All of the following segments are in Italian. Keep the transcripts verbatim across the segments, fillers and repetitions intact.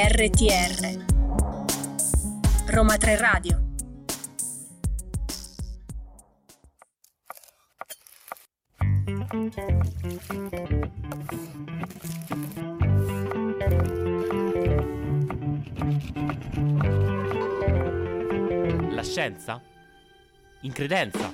R T R Roma tre Radio. La scienza? In credenza?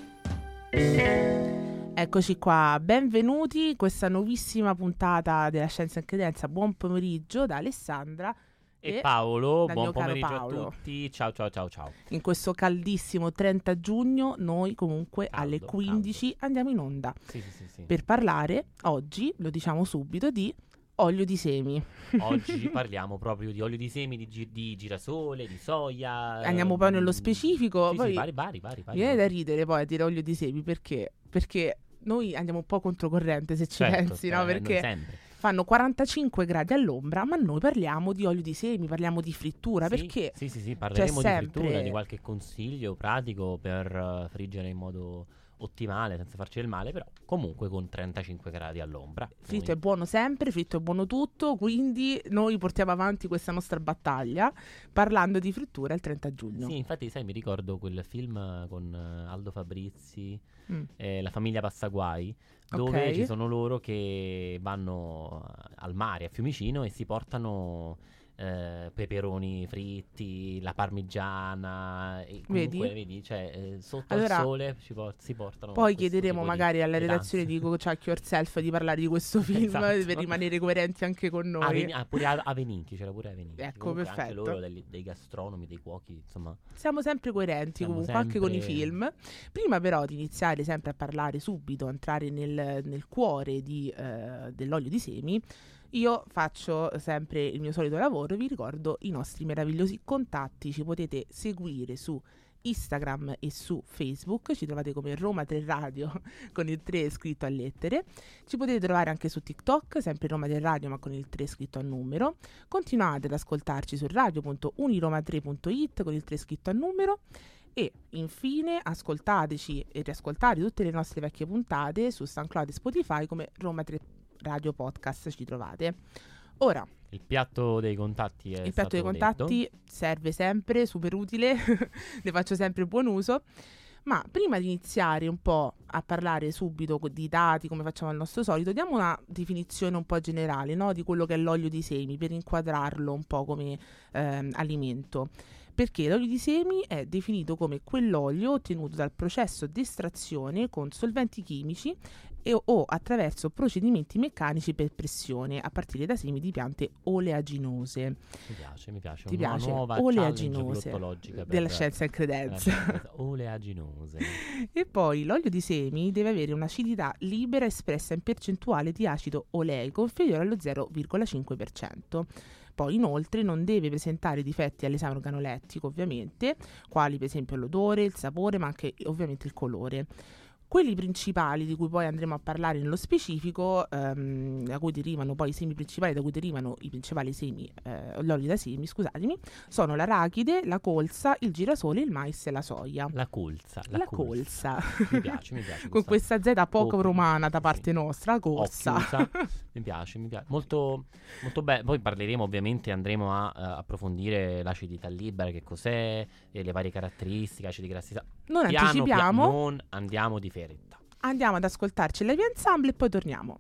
Eccoci qua, benvenuti a questa nuovissima puntata della Scienza in Credenza. Buon pomeriggio da Alessandra e, e Paolo, dal buon mio caro pomeriggio Paolo. a tutti. Ciao ciao ciao ciao. In questo caldissimo trenta giugno noi comunque Caldo, alle quindici caldo. andiamo in onda Sì, sì, sì, sì. per parlare oggi, lo diciamo subito, di olio di semi. Oggi parliamo proprio di olio di semi, di, gi- di girasole, di soia. Andiamo poi nello specifico. Sì, poi sì, vari, vari, vari, vari. viene da ridere poi a dire olio di semi perché? Perché noi andiamo un po' controcorrente se ci Certo, pensi, no? eh, noi Perché sempre. fanno quarantacinque gradi all'ombra, ma noi parliamo di olio di semi, parliamo di frittura, Sì, perché Sì, sì, sì, parleremo di sempre- frittura, di qualche consiglio pratico per eh, friggere in modo ottimale, senza farci del male, però comunque con trentacinque gradi all'ombra. fritto Noi- è buono sempre, fritto è buono tutto, quindi noi portiamo avanti questa nostra battaglia parlando di frittura il trenta giugno. Sì, infatti, sai, mi ricordo quel film con eh, Aldo Fabrizi, Mm. eh, La famiglia Passaguai, dove Ok. ci sono loro che vanno eh, al mare, a Fiumicino, e si portano eh, peperoni fritti, la parmigiana, e comunque, Vedi? vedi, cioè, eh, sotto Allora, al sole ci por- si portano Poi questo chiederemo tipo di magari alla pietanze. redazione di Go Check Yourself di parlare di questo film Esatto. per rimanere coerenti anche con noi. Aveni- ah, pure A- Aveninchi, c'era pure Aveninchi. Ecco, Comunque anche perfetto. loro degli- dei gastronomi, dei cuochi, insomma. Siamo sempre coerenti Siamo comunque anche con i sempre- film. Prima però di iniziare sempre a parlare subito, entrare nel, nel cuore di, eh, dell'olio di semi, io faccio sempre il mio solito lavoro. Vi ricordo i nostri meravigliosi contatti. Ci potete seguire su Instagram e su Facebook, ci trovate come Roma tre Radio con il tre scritto a lettere. Ci potete trovare anche su TikTok, sempre Roma tre Radio ma con il tre scritto a numero. Continuate ad ascoltarci su radio punto uniroma tre punto it con il tre scritto a numero. E infine ascoltateci e riascoltate tutte le nostre vecchie puntate su SoundCloud e Spotify come Roma tre Radio Podcast, ci trovate. Ora, Il piatto dei contatti è il piatto dei stato contatti detto. serve sempre, super utile, ne faccio sempre buon uso. Ma prima di iniziare un po' a parlare subito co- di dati, come facciamo al nostro solito, diamo una definizione un po' generale, no, di quello che è l'olio di semi, per inquadrarlo un po' come ehm, alimento. Perché l'olio di semi è definito come quell'olio ottenuto dal processo di estrazione con solventi chimici e, o attraverso procedimenti meccanici per pressione a partire da semi di piante oleaginose. Mi piace, mi piace. Ti Una piace? nuova Oleaginose challenge glottologica per- della scienza in della credenza. scienza. Oleaginose. E poi l'olio di semi deve avere un'acidità libera espressa in percentuale di acido oleico inferiore allo zero virgola cinque per cento. Poi inoltre non deve presentare difetti all'esame organolettico, ovviamente, quali per esempio l'odore, il sapore, ma anche ovviamente il colore. Quelli principali di cui poi andremo a parlare nello specifico, ehm, da cui derivano poi i semi principali, da cui derivano i principali semi, eh, l'olio da semi, scusatemi, sono l'arachide, la colza, il girasole, il mais e la soia. La colza. La, La colza. Mi piace, mi piace. Con questa Z poco Oh, romana da sì, parte sì. nostra, colza. Occhiusa. Mi piace, mi piace. Molto, molto bello. Poi parleremo, ovviamente, andremo a eh, approfondire l'acidità libera, che cos'è, e le varie caratteristiche, acidi grassi. sa- Non Piano, anticipiamo, pia- non andiamo di fretta. andiamo ad ascoltarci il live ensemble e poi torniamo.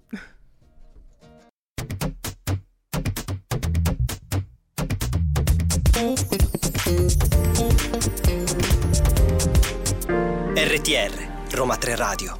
R T R Roma tre Radio.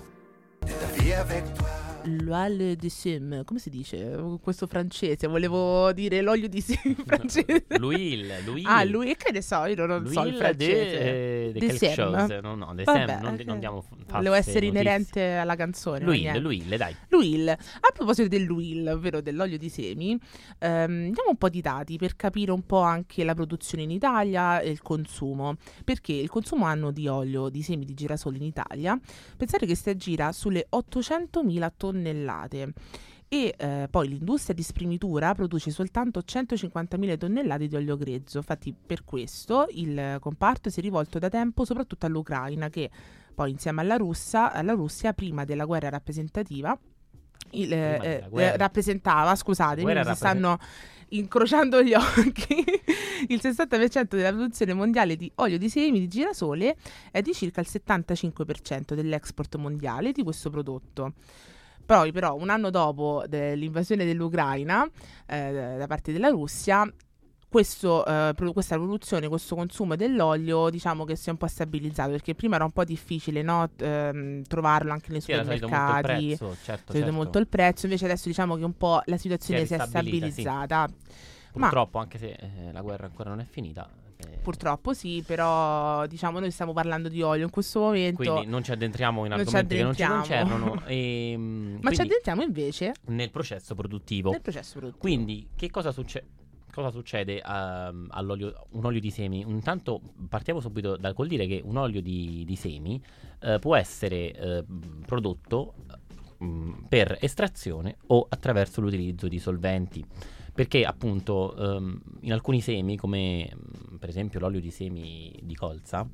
L'huile de seme, come si dice? Questo francese, volevo dire l'olio di seme francese. L'huile, l'huile. Ah, lui, e che ne so, io non so il L'huile francese. de, de De quelque seme. chose. No, no, de Vabbè, seme, non, eh, non diamo f- Volevo false essere notizie. inerente alla canzone. ma L'huile, niente. l'huile, dai. L'huile. A proposito dell'huile, ovvero dell'olio di semi, ehm, diamo un po' di dati per capire un po' anche la produzione in Italia e il consumo. Perché il consumo annuo di olio di semi di girasole in Italia, pensate che si aggira sulle ottocentomila tonnellate. E eh, poi l'industria di spremitura produce soltanto centocinquantamila tonnellate di olio grezzo. Infatti per questo il comparto si è rivolto da tempo soprattutto all'Ucraina, che poi insieme alla Russia, alla Russia prima della guerra rappresentativa il, Prima eh, della guerra. eh, rappresentava, scusatemi, Guerra mi si rapprese- stanno incrociando gli occhi, il sessanta per cento della produzione mondiale di olio di semi di girasole è di circa il settantacinque per cento dell'export mondiale di questo prodotto. Poi però un anno dopo dell'invasione dell'Ucraina eh, da parte della Russia, questo, eh, pro- questa produzione, questo consumo dell'olio, diciamo che si è un po' stabilizzato, perché prima era un po' difficile, no? Ehm, trovarlo anche nei Sì, era salito molto il supermercati, prezzo, certo, è salito certo. molto il prezzo, invece adesso diciamo che un po' la situazione si è, ristabilita, sì. stabilizzata. Purtroppo, anche se eh, la guerra ancora non è finita. eh, Purtroppo sì, però diciamo noi stiamo parlando di olio in questo momento. Quindi non ci addentriamo in Non ci argomenti che non ci addentriamo. concernono. e, mm, Ma ci quindi addentriamo invece nel processo produttivo. nel processo produttivo. Quindi che cosa succede? Cosa succede um, all'olio, un olio di semi? Intanto partiamo subito dal col dire che un olio di, di semi eh, può essere eh, prodotto mh, per estrazione o attraverso l'utilizzo di solventi. Perché appunto um, in alcuni semi, come mh, per esempio l'olio di semi di colza,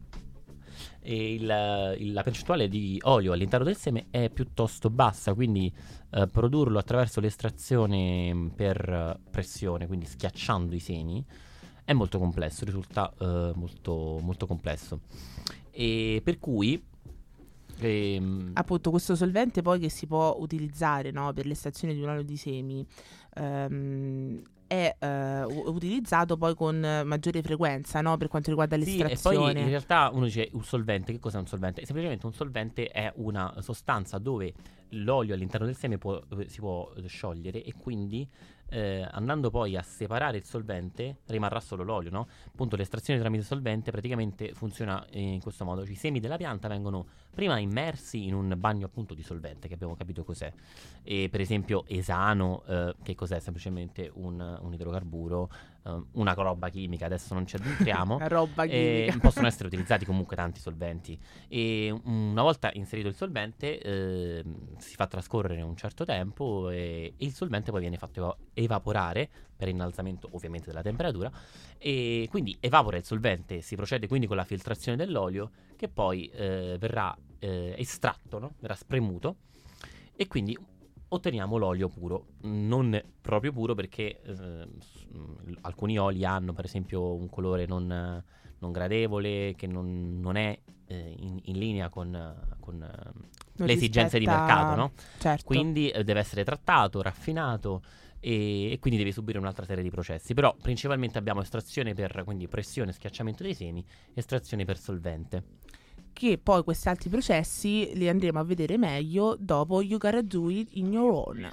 e il- il- la percentuale di olio all'interno del seme è piuttosto bassa, quindi eh, produrlo attraverso l'estrazione mh, per eh, pressione, quindi schiacciando i semi, è molto complesso, risulta eh, molto, molto complesso. E per cui ehm, Appunto questo solvente poi che si può utilizzare, no, per l'estrazione di un olio di semi ehm, è eh, u- utilizzato poi con eh, maggiore frequenza, no, per quanto riguarda Sì, e poi l'estrazione. in realtà uno dice un solvente, che cos'è un solvente? Semplicemente un solvente è una sostanza dove l'olio all'interno del seme può- si può eh, sciogliere e quindi eh, andando poi a separare il solvente rimarrà solo l'olio, no? Appunto l'estrazione tramite solvente praticamente funziona eh, in questo modo: i semi della pianta vengono prima immersi in un bagno appunto di solvente, che abbiamo capito cos'è. E per esempio esano, eh, che cos'è? Semplicemente un, un idrocarburo, eh, una roba chimica, adesso non ci addentriamo. La roba Eh, chimica. possono essere utilizzati comunque tanti solventi e una volta inserito il solvente eh, si fa trascorrere un certo tempo e, e il solvente poi viene fatto eva- evaporare per innalzamento ovviamente della temperatura, e quindi evapora il solvente, si procede quindi con la filtrazione dell'olio che poi eh, verrà eh, estratto, no? Verrà spremuto e quindi otteniamo l'olio puro, non proprio puro perché eh, s- mh, alcuni oli hanno per esempio un colore non, non gradevole, che non, non è eh, in, in linea con, con eh, Non le esigenze di rispetta- mercato, no? Certo. Quindi eh, deve essere trattato, raffinato e, e quindi deve subire un'altra serie di processi. Però principalmente abbiamo estrazione per quindi pressione, schiacciamento dei semi, estrazione per solvente. Che poi questi altri processi li andremo a vedere meglio dopo You Gotta Do It In Your Own.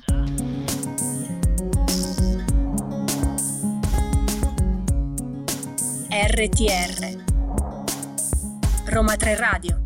R T R Roma tre Radio.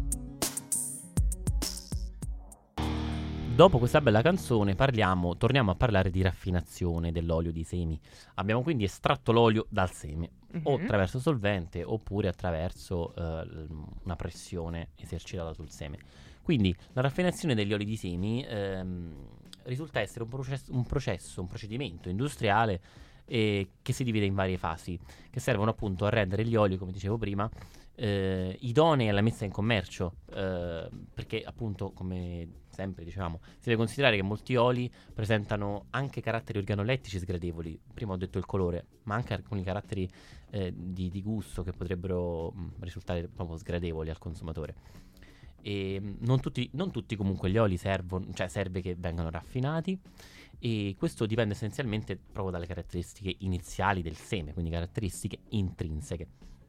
Dopo questa bella canzone parliamo, torniamo a parlare di raffinazione dell'olio di semi. Abbiamo quindi estratto l'olio dal seme, o Mhm. attraverso solvente oppure attraverso eh, l- una pressione esercitata sul seme. Quindi la raffinazione degli oli di semi ehm, risulta essere un processo, un processo, un procedimento industriale eh, che si divide in varie fasi, che servono appunto a rendere gli oli, come dicevo prima, eh, idonei alla messa in commercio, eh, perché appunto, come sempre dicevamo, si deve considerare che molti oli presentano anche caratteri organolettici sgradevoli. Prima ho detto il colore, ma anche alcuni caratteri eh, di, di gusto che potrebbero mh, risultare proprio sgradevoli al consumatore. E mh, non tutti, non tutti comunque gli oli servono, cioè serve che vengano raffinati, e questo dipende essenzialmente proprio dalle caratteristiche iniziali del seme, quindi caratteristiche intrinseche.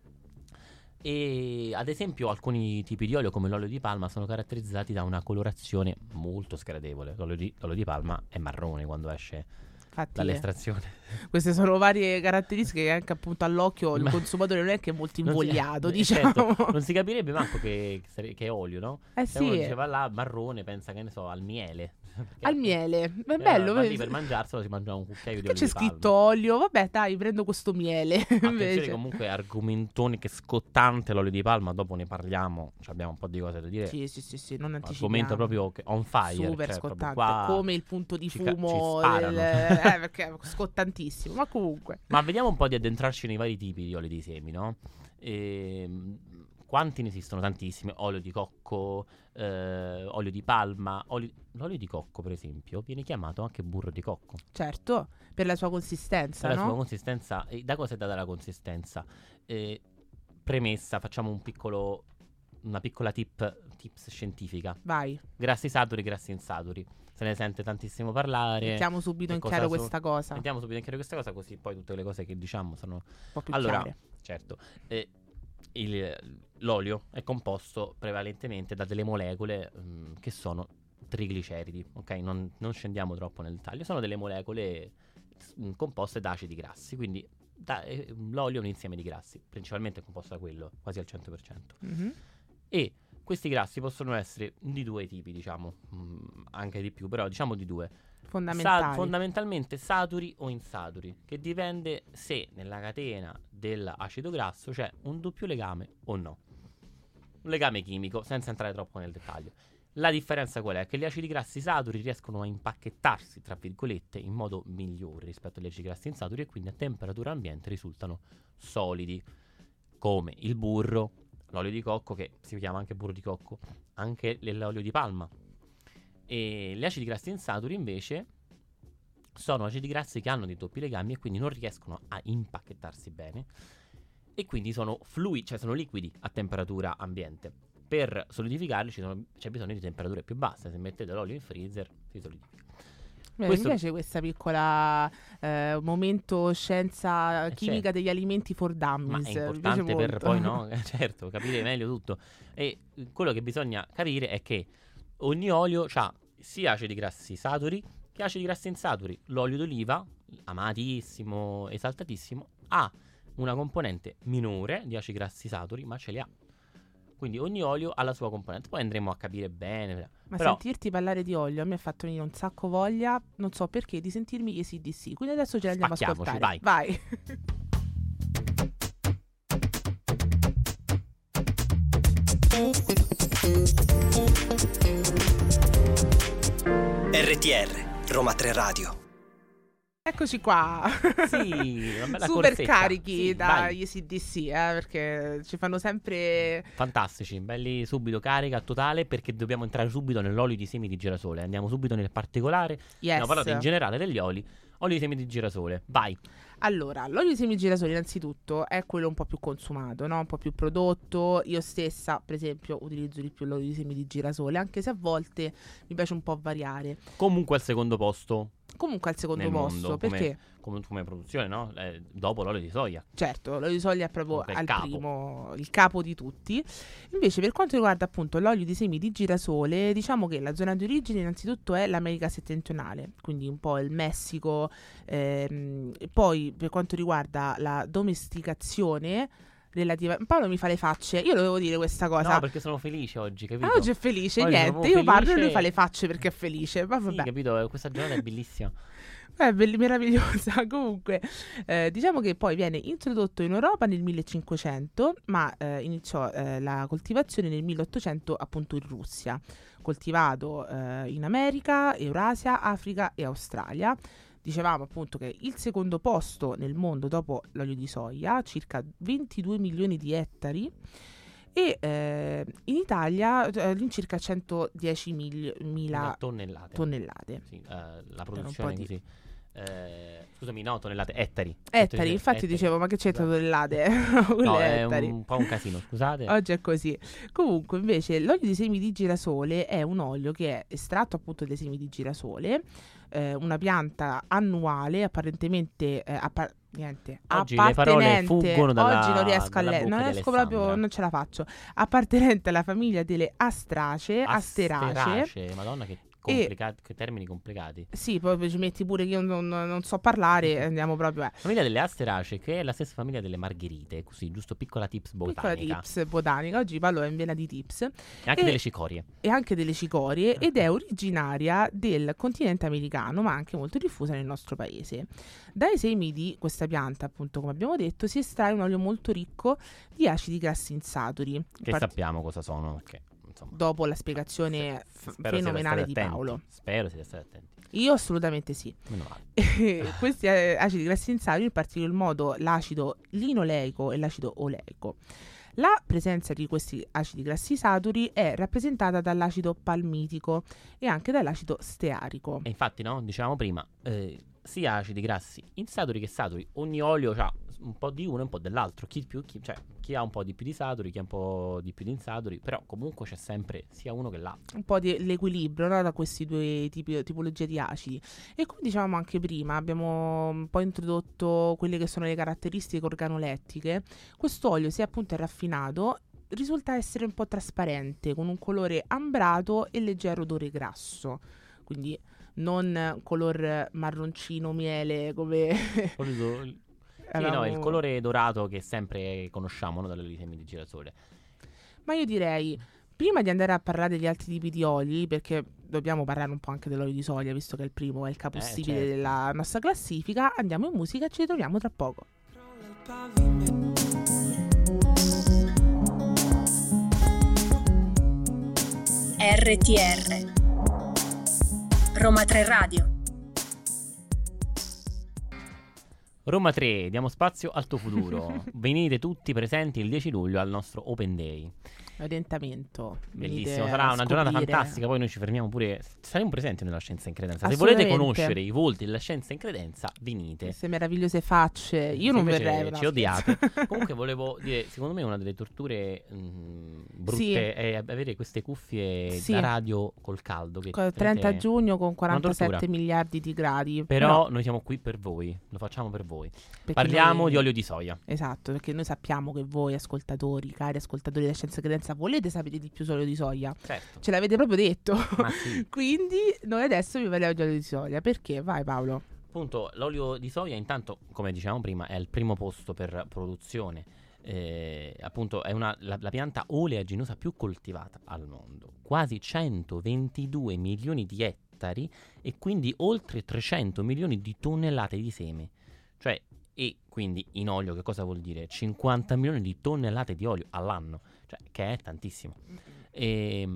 E ad esempio alcuni tipi di olio come l'olio di palma sono caratterizzati da una colorazione molto sgradevole. L'olio di, l'olio di palma è marrone quando esce Infatti, eh, dall'estrazione. queste sono varie caratteristiche che anche appunto all'occhio il Ma- consumatore non è che è molto Non si- invogliato, eh, diciamo. certo, non si capirebbe manco che, che è olio, no? Eh Se uno sì, diceva là marrone pensa, che ne so, al miele. Perché- al miele. È eh, bello. va lì vedi- per mangiarselo si mangia un cucchiaio di Che olio c'è di palma. scritto olio? Vabbè, dai, prendo questo miele. Attenzione, Invece. comunque argomentone che scottante l'olio di palma, dopo ne parliamo, cioè abbiamo un po' di cose da dire. Sì, sì, sì, sì, non anticipiamo. Argomento proprio che- on fire, super cioè, proprio scottante, qua- come il punto di ci ca- ci fumo sparano. del... eh, perché è scottantissimo, ma comunque. Ma vediamo un po' di addentrarci nei vari tipi di oli di semi, no? Ehm, quanti ne esistono? Tantissimi. Olio di cocco, eh, olio di palma, olio... l'olio di cocco per esempio viene chiamato anche burro di cocco. Certo, per la sua consistenza, Per la no? sua consistenza, e da cosa è data la consistenza? Eh, premessa, facciamo un piccolo, una piccola tip, tips scientifica. Vai, Grassi saturi, grassi insaturi. Se ne sente tantissimo parlare. mettiamo subito Che in cosa chiaro so- questa cosa, Mettiamo subito in chiaro questa cosa, così poi tutte le cose che diciamo sono... un po' più Allora, chiare. certo, eh, il- l'olio è composto prevalentemente da delle molecole mm, che sono trigliceridi, ok? Non, non scendiamo troppo nel dettaglio, sono delle molecole mm, composte da acidi grassi, quindi da- eh, l'olio è un insieme di grassi, principalmente composto da quello, quasi al cento per cento. Mhm. E questi grassi possono essere di due tipi, diciamo, mm, anche di più, però diciamo di due. Fondamentali. Sa- fondamentalmente saturi o insaturi, che dipende se nella catena dell'acido grasso c'è un doppio legame o no. Un legame chimico, senza entrare troppo nel dettaglio. La differenza qual è? Che gli acidi grassi saturi riescono a impacchettarsi, tra virgolette, in modo migliore rispetto agli acidi grassi insaturi e quindi a temperatura ambiente risultano solidi, come il burro, l'olio di cocco, che si chiama anche burro di cocco, anche l'olio di palma. E gli acidi grassi insaturi invece sono acidi grassi che hanno dei doppi legami e quindi non riescono a impacchettarsi bene e quindi sono fluidi, cioè sono liquidi a temperatura ambiente. Per solidificarli ci sono- c'è bisogno di temperature più basse. Se mettete l'olio in freezer si solidifica. Beh, Questo- Mi piace questa piccola eh, momento scienza Eh, chimica certo. degli alimenti for Ma dummies. è Mi piace importante per molto. poi, no? Eh, certo, capire meglio tutto. E eh, quello che bisogna capire è che ogni olio ha sia acidi grassi saturi che acidi grassi insaturi. L'olio d'oliva, amatissimo, esaltatissimo, ha una componente minore di acidi grassi saturi, ma ce li ha. Quindi ogni olio ha la sua componente. Poi andremo a capire bene. Ma Però sentirti parlare di olio a me ha fatto venire un sacco voglia, non so perché, di sentirmi gli A C D C. Quindi adesso ce l'andiamo a Spacchiamoci, ascoltare. vai. Vai. R T R, Roma tre Radio. Eccoci qua. sì, una bella Super corsetta. carichi Sì, dagli vai. A C D C, eh, perché ci fanno sempre... Fantastici, belli subito carica totale perché dobbiamo entrare subito nell'olio di semi di girasole. Andiamo subito nel particolare. Yes. Abbiamo parlato in generale degli oli. Olio di semi di girasole, vai. Allora, l'olio di semi di girasole innanzitutto è quello un po' più consumato, no? Un po' più prodotto. Io stessa, per esempio, utilizzo di più l'olio di semi di girasole, anche se a volte mi piace un po' variare. Comunque al secondo posto Comunque al secondo nel posto, mondo perché come, come, come produzione, no? Eh, dopo l'olio di soia. certo, l'olio di soia è proprio Comunque il al capo. primo, il capo di tutti. Invece per quanto riguarda appunto l'olio di semi di girasole, diciamo che la zona di origine innanzitutto è l'America settentrionale, quindi un po' il Messico, ehm, e poi per quanto riguarda la domesticazione relativa... Paolo mi fa le facce, io dovevo dire questa cosa. No, perché sono felice oggi, capito? Ah, oggi è felice, Oggi niente, sono io felice. parlo e lui fa le facce perché è felice, ma Sì, vabbè. capito? Eh, Questa giornata è bellissima. È belli- meravigliosa. Comunque, eh, diciamo che poi viene introdotto in Europa nel millecinquecento, ma eh, iniziò eh, la coltivazione nel milleottocento appunto in Russia. Coltivato eh, in America, Eurasia, Africa e Australia. Dicevamo appunto che il secondo posto nel mondo dopo l'olio di soia, circa ventidue milioni di ettari. E eh, in Italia eh, all'incirca centodiecimila Tonnellate. tonnellate. Sì, eh, la un produzione po' di- così. Eh, scusami, no, tonnellate, ettari. Ettari, infatti Ettari. dicevo, ma che c'entra Scusate. tonnellate? No, Quelle è ettari. un po' un casino, scusate. Oggi è così. Comunque, invece, l'olio di semi di girasole è un olio che è estratto appunto dai semi di girasole, eh, una pianta annuale, apparentemente eh, appa- niente, Oggi le parole appartenente- fuggono dalla- oggi non riesco a dalla leggere, bocca non di riesco proprio, Alessandra. non ce la faccio. Appartenente alla famiglia delle astracee, asteracee. Asterace, Madonna, che, complica- che termini complicati. Sì, proprio ci metti pure che io non, non so parlare, andiamo proprio a Famiglia delle Asterace, che è la stessa famiglia delle margherite, così, giusto piccola tips piccola botanica. tips botanica. Oggi parlo in vena di tips. E anche E- delle cicorie. E anche delle cicorie ed è originaria del continente americano, ma anche molto diffusa nel nostro paese. Dai semi di questa pianta, appunto, come abbiamo detto, si estrae un olio molto ricco di acidi grassi insaturi. Che Part- sappiamo cosa sono, perché, insomma, dopo la spiegazione se- f- spero siate fenomenale stati di attenti. Paolo. Spero siate stati attenti. Io assolutamente sì. Meno male. Questi eh, acidi grassi insaturi, in particolar modo l'acido linoleico e l'acido oleico. La presenza di questi acidi grassi saturi è rappresentata dall'acido palmitico e anche dall'acido stearico. E infatti, no, dicevamo prima, eh, sia acidi grassi insaturi che saturi, ogni olio ha un po' di uno e un po' dell'altro, chi più, chi, cioè chi ha un po' di più di saturi, chi ha un po' di più di insaturi, però comunque c'è sempre sia uno che l'altro. Un po' di l'equilibrio, no? Da questi due tipi, tipologie di acidi. E come dicevamo anche prima, abbiamo un po' introdotto quelle che sono le caratteristiche organolettiche. Quest'olio, se appunto è raffinato, risulta essere un po' trasparente, con un colore ambrato e leggero odore grasso, quindi non color marroncino miele come Sì, no, il colore dorato che sempre conosciamo, no, dall'olio di semi di girasole. Ma io direi, prima di andare a parlare degli altri tipi di oli, perché dobbiamo parlare un po' anche dell'olio di soia, visto che è il primo, è il capostipite eh, certo. della nostra classifica, andiamo in musica e ci ritroviamo tra poco. R T R Roma tre Radio. Roma tre, diamo spazio al tuo futuro. Venite tutti presenti il dieci luglio al nostro Open Day. Orientamento. Bellissimo, sarà una giornata fantastica. Poi noi ci fermiamo pure. Saremo presenti nella Scienza in Credenza. Se volete conoscere i volti della Scienza in Credenza, venite. Queste meravigliose facce. Io non verrei. Ci odiate. Comunque volevo dire, secondo me una delle torture mh, brutte sì. è avere queste cuffie sì. da radio col caldo. Che trenta giugno con quarantasette miliardi di gradi. Però no. Noi siamo qui per voi, lo facciamo per voi. Perché parliamo noi... di olio di soia. Esatto, perché noi sappiamo che voi ascoltatori, cari ascoltatori della Scienza in Credenza, volete sapere di più sull'olio di soia. Certo. Ce l'avete proprio detto. Ma sì. Quindi noi adesso vi parliamo di olio di soia. Perché? Vai Paolo. Appunto, l'olio di soia intanto, come dicevamo prima, è al primo posto per produzione. Eh, appunto è una, la, la pianta oleaginosa più coltivata al mondo. Quasi centoventidue milioni di ettari e quindi oltre trecento milioni di tonnellate di seme. Cioè, e quindi in olio che cosa vuol dire? cinquanta milioni di tonnellate di olio all'anno, cioè che è tantissimo. E,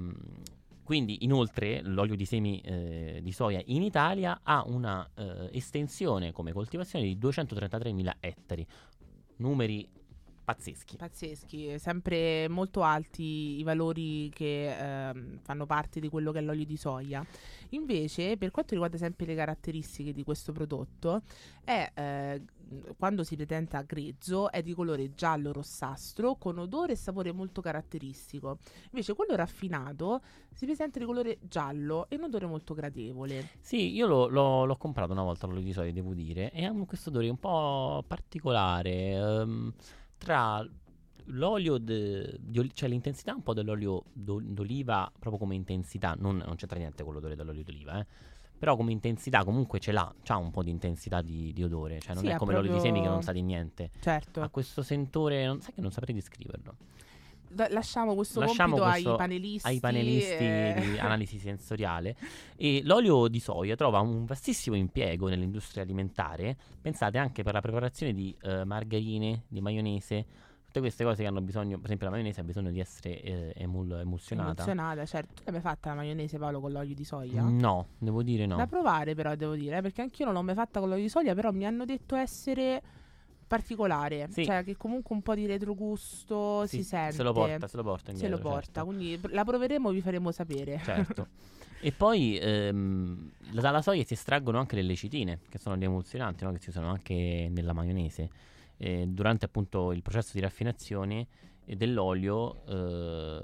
quindi inoltre l'olio di semi eh, di soia in Italia ha una eh, estensione come coltivazione di duecentotrentatremila ettari, numeri pazzeschi. Pazzeschi, sempre molto alti i valori che ehm, fanno parte di quello che è l'olio di soia. Invece, per quanto riguarda sempre le caratteristiche di questo prodotto, è eh, quando si presenta grezzo è di colore giallo-rossastro con odore e sapore molto caratteristico. Invece quello raffinato si presenta di colore giallo e un odore molto gradevole. Sì, io lo, lo, l'ho comprato una volta l'olio di soia, devo dire, e ha questo odore un po' particolare. Um, tra l'olio de, di oli- cioè l'intensità un po' dell'olio do, d'oliva proprio come intensità, non, non c'entra niente con l'odore dell'olio d'oliva, eh. Però come intensità comunque ce l'ha, c'ha un po' di intensità di, di odore, cioè non sì, è come proprio... l'olio di semi che non sa di niente. Certo. Ha questo sentore, non sai che non saprei descriverlo. Da- lasciamo questo Lasciamo compito questo ai panelisti, ai panelisti e... di analisi sensoriale. E l'olio di soia trova un vastissimo impiego nell'industria alimentare. Pensate anche per la preparazione di uh, margarine, di maionese, tutte queste cose che hanno bisogno, per esempio la maionese ha bisogno di essere eh, emul- emulsionata. Emulsionata, certo. Tu l'hai mai fatta la maionese, Paolo, con l'olio di soia? No, devo dire no. Da provare però, devo dire, eh, perché anch'io non l'ho mai fatta con l'olio di soia, però mi hanno detto essere particolare, sì. Cioè che comunque un po' di retrogusto sì, si sente. Se lo porta, se lo porta indietro, Se lo porta, certo. quindi la proveremo e vi faremo sapere. Certo. E poi ehm, dalla soia si estraggono anche le lecitine, che sono gli emulsionanti, no? Che si usano anche nella maionese. Eh, durante appunto il processo di raffinazione eh, dell'olio eh,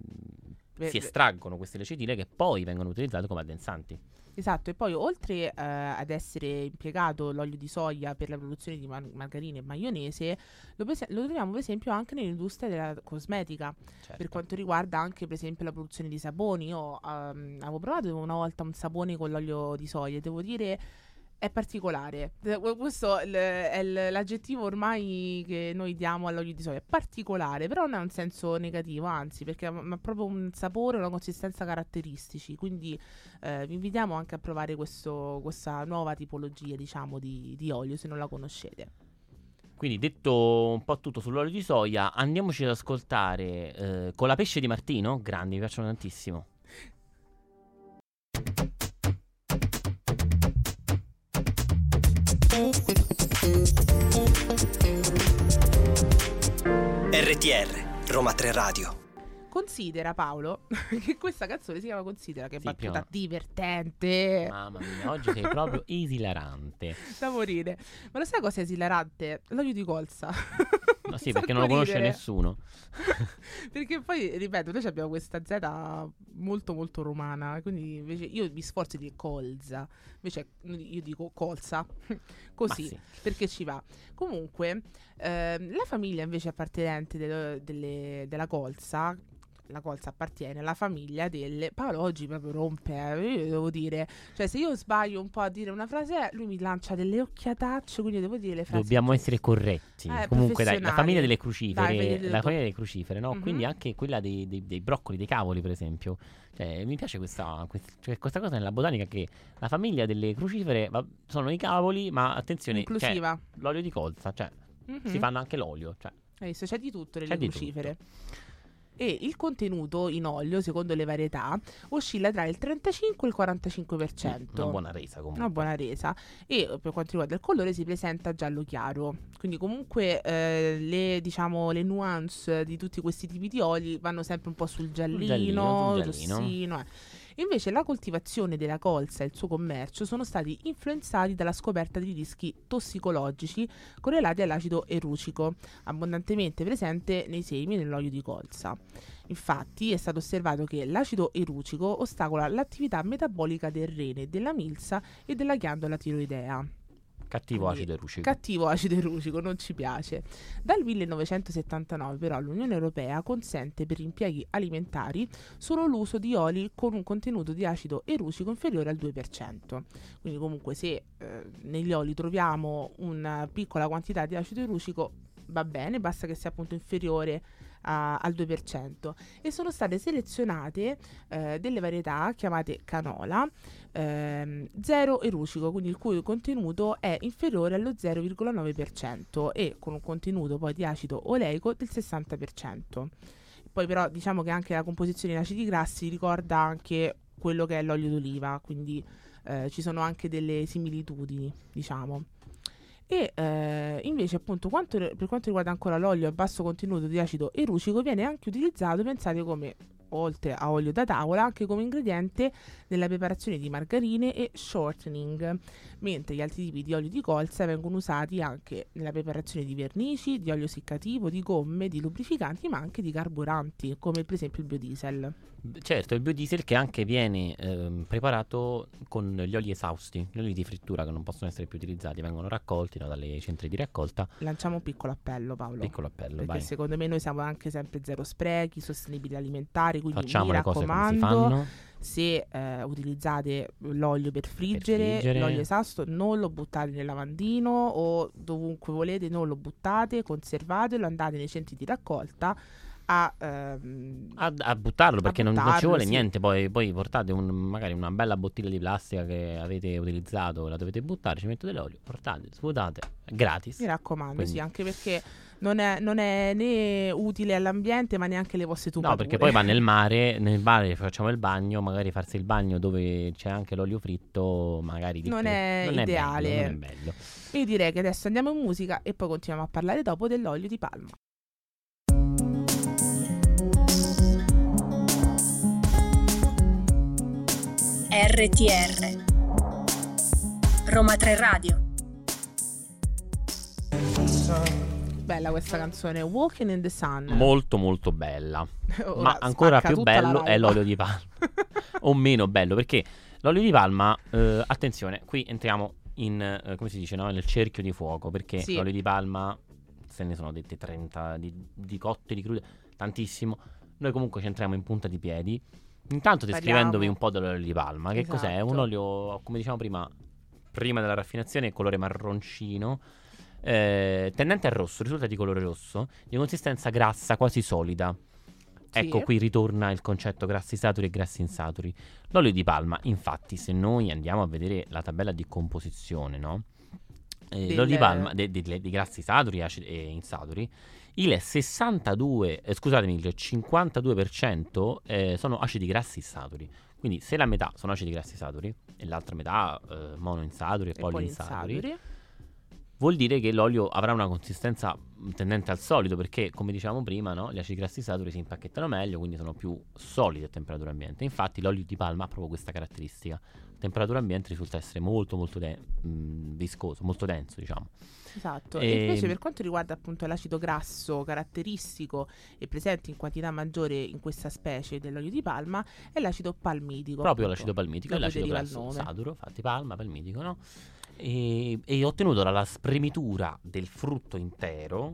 Beh, si estraggono queste lecitine che poi vengono utilizzate come addensanti. Esatto, e poi oltre eh, ad essere impiegato l'olio di soia per la produzione di mar- margarine e maionese, lo, pres- lo troviamo per esempio anche nell'industria della cosmetica, Certo. per quanto riguarda anche per esempio la produzione di saponi. Io um, avevo provato una volta un sapone con l'olio di soia e devo dire è particolare. Eh, Questo l- è l- l'aggettivo ormai che noi diamo all'olio di soia, è particolare, però non è un senso negativo, anzi, perché ha ha proprio un sapore e una consistenza caratteristici, quindi eh, vi invitiamo anche a provare questo, questa nuova tipologia, diciamo, di, di olio, se non la conoscete. Quindi detto un po' tutto sull'olio di soia, andiamoci ad ascoltare eh, Con la pesce di Martino, grandi, mi piacciono tantissimo. R T R Roma tre Radio. Considera, Paolo, che questa canzone si chiama Considera, che Sì, battuta piano. divertente Mamma mia, oggi sei proprio esilarante. da morire. Ma lo sai cosa è esilarante? L'olio di colza. Ma sì, Un perché non lo sacco conosce ridere. nessuno. Perché poi, ripeto, noi abbiamo questa Z molto molto romana, quindi invece io mi sforzo di dire colza, invece io dico colza, così, Ma sì. perché ci va. Comunque, ehm, la famiglia invece appartenente del- delle- della colza, la colza appartiene alla famiglia delle... Paolo oggi proprio rompe, eh, io devo dire, cioè se io sbaglio un po' a dire una frase, lui mi lancia delle occhiatacce, quindi devo dire le frasi. Dobbiamo essere corretti. Eh, Comunque, dai, la professionali. famiglia delle Dai, crucifere, vedi la tu. famiglia delle crucifere, no? Mhm. Quindi anche quella dei, dei- dei broccoli, dei cavoli, per esempio. Cioè, mi piace questa, quest- cioè, questa cosa nella botanica che la famiglia delle crucifere va- sono i cavoli, ma attenzione, cioè, Inclusiva. l'olio di colza, cioè, Mhm. si fanno anche l'olio, cioè. Hai visto, c'è di tutto nelle C'è di crucifere. E il contenuto in olio, secondo le varietà, oscilla tra il trentacinque e il quarantacinque per cento. Una buona resa comunque. Una buona resa. E eh, per quanto riguarda il colore si presenta giallo chiaro. Quindi comunque eh, le, diciamo, le nuance di tutti questi tipi di oli vanno sempre un po' sul giallino, giallino, sul giallino. rossino. eh. Invece la coltivazione della colza e il suo commercio sono stati influenzati dalla scoperta di rischi tossicologici correlati all'acido erucico, abbondantemente presente nei semi e nell'olio di colza. Infatti è stato osservato che l'acido erucico ostacola l'attività metabolica del rene, della milza e della ghiandola tiroidea. Cattivo Quindi, acido erucico. Cattivo acido erucico, non ci piace. Dal millenovecentosettantanove però l'Unione Europea consente per impieghi alimentari solo l'uso di oli con un contenuto di acido erucico inferiore al due per cento. Quindi comunque se eh, negli oli troviamo una piccola quantità di acido erucico va bene, basta che sia appunto inferiore a- al due per cento. E sono state selezionate eh, delle varietà chiamate canola ehm, zero erucico, quindi il cui contenuto è inferiore allo zero virgola nove per cento e con un contenuto poi di acido oleico del sessanta per cento. Poi però diciamo che anche la composizione di acidi grassi ricorda anche quello che è l'olio d'oliva, quindi eh, ci sono anche delle similitudini, diciamo. E eh, invece appunto quanto, per quanto riguarda ancora l'olio a basso contenuto di acido erucico viene anche utilizzato, pensate, come oltre a olio da tavola anche come ingrediente nella preparazione di margarine e shortening, mentre gli altri tipi di olio di colza vengono usati anche nella preparazione di vernici, di olio seccativo, di gomme, di lubrificanti, ma anche di carburanti come per esempio il biodiesel. Certo, il biodiesel che anche viene ehm, preparato con gli oli esausti, gli oli di frittura che non possono essere più utilizzati, vengono raccolti, no, dalle centri di raccolta. Lanciamo un piccolo appello, Paolo. Piccolo appello, Perché vai. secondo me noi siamo anche sempre zero sprechi, sostenibili alimentari, quindi Facciamo mi le cose come si raccomando, fanno. se eh, utilizzate l'olio per friggere, friggere. l'olio esausto non lo buttate nel lavandino o dovunque volete, non lo buttate, conservatelo, andate nei centri di raccolta a, ehm, A, a buttarlo perché non, non ci buttarlo, vuole sì. niente. Poi, poi portate un- magari una bella bottiglia di plastica che avete utilizzato, la dovete buttare, ci mettete dell'olio, portate, svuotate, è gratis. mi raccomando, Quindi- sì, anche perché non è, non è né utile all'ambiente ma neanche le vostre tubature. No, perché poi va nel mare, nel mare facciamo il bagno, magari farsi il bagno dove c'è anche l'olio fritto, magari Non di- è bello, ideale. non è bello. Io direi che adesso andiamo in musica e poi continuiamo a parlare dopo dell'olio di palma. R T R Roma tre Radio. Bella questa canzone, Walking in the Sun. Molto molto bella. Ora Ma ancora spacca più tutta la bello è live. l'olio di palma. O meno bello, perché l'olio di palma, eh, attenzione, qui entriamo in, eh, come si dice, no? Nel cerchio di fuoco, perché Sì. l'olio di palma, se ne sono dette trenta di, di cotte, di crude, tantissimo. Noi comunque ci entriamo in punta di piedi. Intanto Parliamo. descrivendovi un po' dell'olio di palma. Che cos'è? È un Esatto. olio, come diciamo prima, prima della raffinazione, colore marroncino, eh, tendente al rosso, risulta di colore rosso, di consistenza grassa, quasi solida. Sì. Ecco, qui ritorna il concetto grassi saturi e grassi insaturi. L'olio di palma, infatti, se noi andiamo a vedere la tabella di composizione, no? Eh, Del- L'olio di palma, de- de- de- di grassi saturi acidi- e insaturi, il sessantadue, eh, scusatemi, il cinquantadue per cento eh, sono acidi grassi saturi. Quindi se la metà sono acidi grassi saturi e l'altra metà eh, monoinsaturi e E poliinsaturi, poliinsaturi. vuol dire che l'olio avrà una consistenza tendente al solido, perché come dicevamo prima, no, gli acidi grassi saturi si impacchettano meglio, quindi sono più solidi a temperatura ambiente. Infatti l'olio di palma ha proprio questa caratteristica: a temperatura ambiente risulta essere molto molto de- mh, viscoso, molto denso, diciamo. Esatto. E- E invece per quanto riguarda appunto l'acido grasso caratteristico e presente in quantità maggiore in questa specie dell'olio di palma è l'acido palmitico. Proprio appunto, l'acido palmitico e da cui l'acido deriva il grasso nome. saturo, infatti palma, palmitico, no? E, e ottenuto dalla spremitura del frutto intero,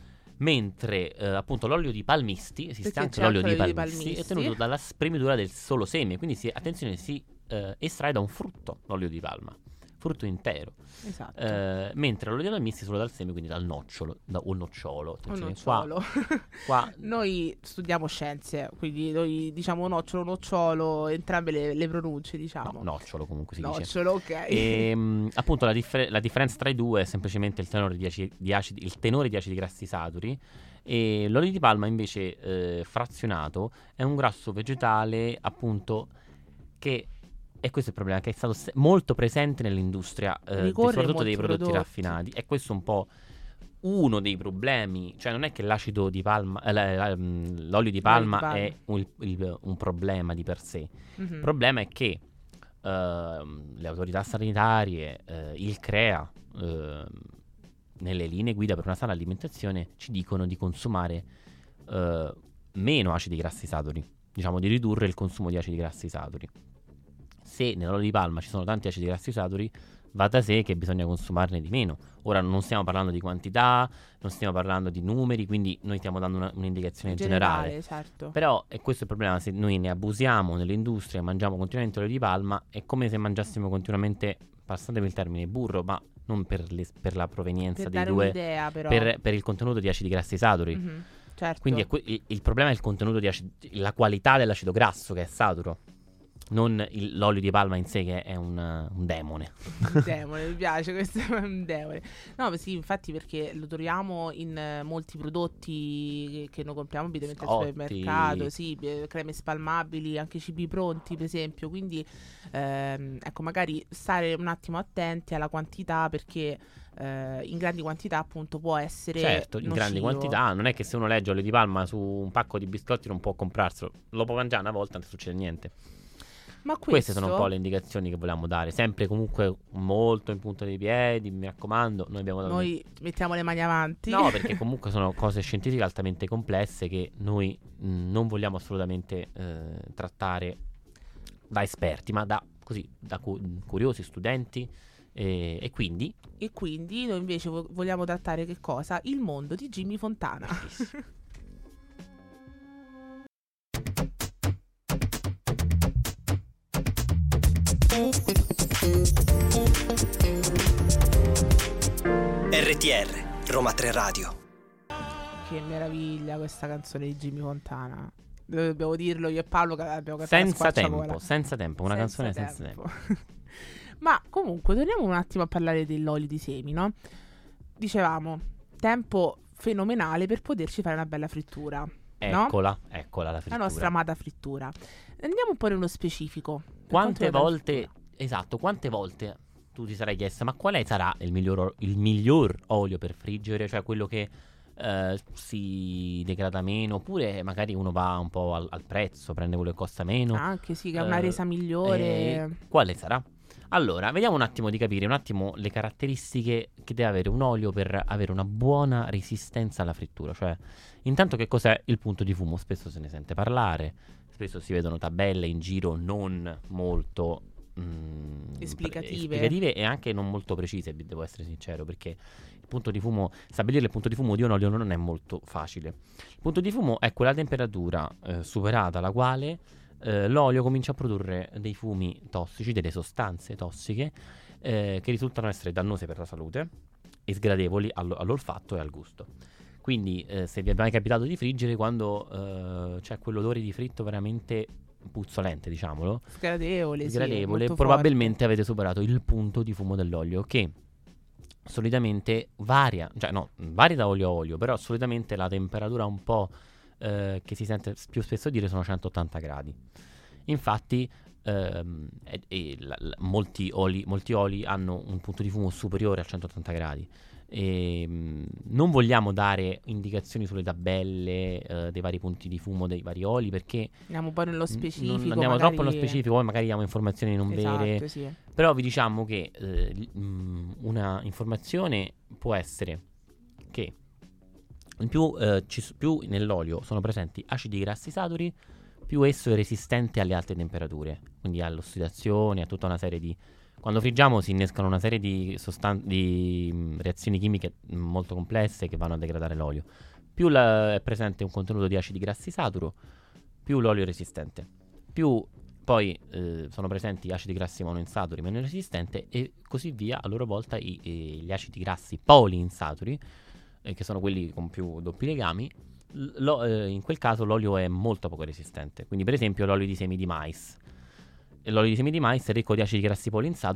mentre eh, appunto l'olio di palmisti, esiste Perché anche c'è l'olio anche di l'olio di palmisti, è palmisti. ottenuto dalla spremitura del solo seme, quindi si, attenzione, si eh, estrae da un frutto l'olio di palma, frutto intero. Esatto. Eh, mentre l'olio di palmisti solo dal seme, quindi dal nocciolo, da, o nocciolo. Un Attenzione, nocciolo. Qua, qua Noi studiamo scienze, quindi noi diciamo nocciolo, nocciolo, entrambe le, le pronunce, diciamo. no, nocciolo comunque si dice. Nocciolo, ok. E, mh, appunto la, differ- la differenza tra i due è semplicemente il tenore di, aci- di acidi, il tenore di acidi grassi saturi, e l'olio di palma invece eh, frazionato è un grasso vegetale appunto che, e questo è il problema, che è stato se- molto presente nell'industria eh, de- Ricorre in soprattutto dei molti prodotti, prodotti. raffinati, e questo è un po' uno dei problemi. Cioè non è che l'acido di palma eh, la- la- mh, l'olio di palma, palma. è un, il- un problema di per sé. Mhm. Il problema è che ehm, le autorità sanitarie, eh, il CREA, ehm, nelle linee guida per una sana alimentazione ci dicono di consumare eh, meno acidi grassi saturi, diciamo di ridurre il consumo di acidi grassi saturi. Se nell'olio di palma ci sono tanti acidi grassi saturi, va da sé che bisogna consumarne di meno. Ora non stiamo parlando di quantità, non stiamo parlando di numeri, quindi noi stiamo dando una- un'indicazione In generale. generale, certo. Però, e questo è il problema, se noi ne abusiamo nell'industria e mangiamo continuamente olio di palma, è come se mangiassimo continuamente, passatemi il termine, burro, ma non per, le- per la provenienza Per dei dare due, un'idea, però. per, per il contenuto di acidi grassi saturi. Mhm, certo. Quindi è que- il, il problema è il contenuto di acidi, la qualità dell'acido grasso che è saturo, non il- l'olio di palma in sé che è un, un demone. Un demone, mi piace, questo è un demone. No, sì, infatti, perché lo troviamo in eh, molti prodotti che, che noi compriamo abitualmente al Scotti. supermercato, sì, eh, creme spalmabili, anche cibi pronti, per esempio. Quindi, ehm, ecco, magari stare un attimo attenti alla quantità, perché eh, in grandi quantità, appunto, può essere Certo, in grandi nocivo. quantità, non è che se uno legge olio di palma su un pacco di biscotti non può comprarselo, lo può mangiare una volta, non succede niente. Ma questo, Queste sono un po' le indicazioni che volevamo dare, sempre comunque molto in punta dei piedi, mi raccomando, noi abbiamo dato... noi mettiamo le mani avanti. No, perché comunque sono cose scientifiche altamente complesse che noi mh, non vogliamo assolutamente eh, trattare da esperti, ma da, così, da cu- curiosi studenti, e, e quindi... E quindi noi invece vo- vogliamo trattare che cosa? Il mondo di Jimmy Fontana. R T R, Roma tre Radio. Che meraviglia questa canzone di Jimmy Fontana. Dobbiamo dirlo io e Paolo che abbiamo cantato Senza la tempo, squarciagola. senza tempo, una canzone senza tempo. Ma comunque torniamo un attimo a parlare dell'olio di semi, no? Dicevamo, tempo fenomenale per poterci fare una bella frittura. No? Eccola, eccola la La frittura. nostra amata frittura. Andiamo un po' nello specifico. Per quanto Quante riguarda la volte, frittura. esatto, quante volte tu ti sarai chiesta, ma quale sarà il miglior, o- il miglior olio per friggere? Cioè quello che eh, si degrada meno, oppure magari uno va un po' al, al prezzo, prende quello che costa meno. Anche sì, che ha una Eh, resa migliore. eh, quale sarà? Allora, vediamo un attimo di capire un attimo le caratteristiche che deve avere un olio per avere una buona resistenza alla frittura. Cioè, intanto che cos'è il punto di fumo? Spesso se ne sente parlare, spesso si vedono tabelle in giro non molto mm, Esplicative. pre- esplicative e anche non molto precise, vi devo essere sincero, perché il punto di fumo, stabilire il punto di fumo di un olio non è molto facile. Il punto di fumo è quella temperatura eh, superata la quale eh, l'olio comincia a produrre dei fumi tossici, delle sostanze tossiche eh, che risultano essere dannose per la salute e sgradevoli allo- all'olfatto e al gusto. Quindi eh, se vi è mai capitato di friggere quando eh, c'è quell'odore di fritto veramente puzzolente, diciamolo, Sgradevole, sì, sgradevole, molto probabilmente avete superato il punto di fumo dell'olio, che solitamente varia, cioè no, varia da olio a olio, però solitamente la temperatura un po' eh, che si sente più spesso dire sono centottanta gradi. Infatti ehm, e, e la, la, molti, oli, molti oli hanno un punto di fumo superiore a centottanta gradi. E, mh, non vogliamo dare indicazioni sulle tabelle eh, dei vari punti di fumo dei vari oli, perché andiamo un po' nello specifico, non andiamo magari... troppo nello specifico, poi magari diamo informazioni non esatto, vere. Sì. Però vi diciamo che eh, mh, una informazione può essere che in più, eh, ci, più nell'olio sono presenti acidi grassi saturi, più esso è resistente alle alte temperature, quindi all'ossidazione, a tutta una serie di... Quando friggiamo si innescano una serie di, sostan- di mh, reazioni chimiche mh, molto complesse che vanno a degradare l'olio. Più la- è presente un contenuto di acidi grassi saturo, più l'olio è resistente. Più poi eh, sono presenti acidi grassi monoinsaturi meno resistenti, e così via a loro volta i, i, gli acidi grassi poliinsaturi, eh, che sono quelli con più doppi legami. Lo, eh, in quel caso l'olio è molto poco resistente. Quindi per esempio l'olio di semi di mais. L'olio di semi di mais è ricco di acidi grassi poliinsaturi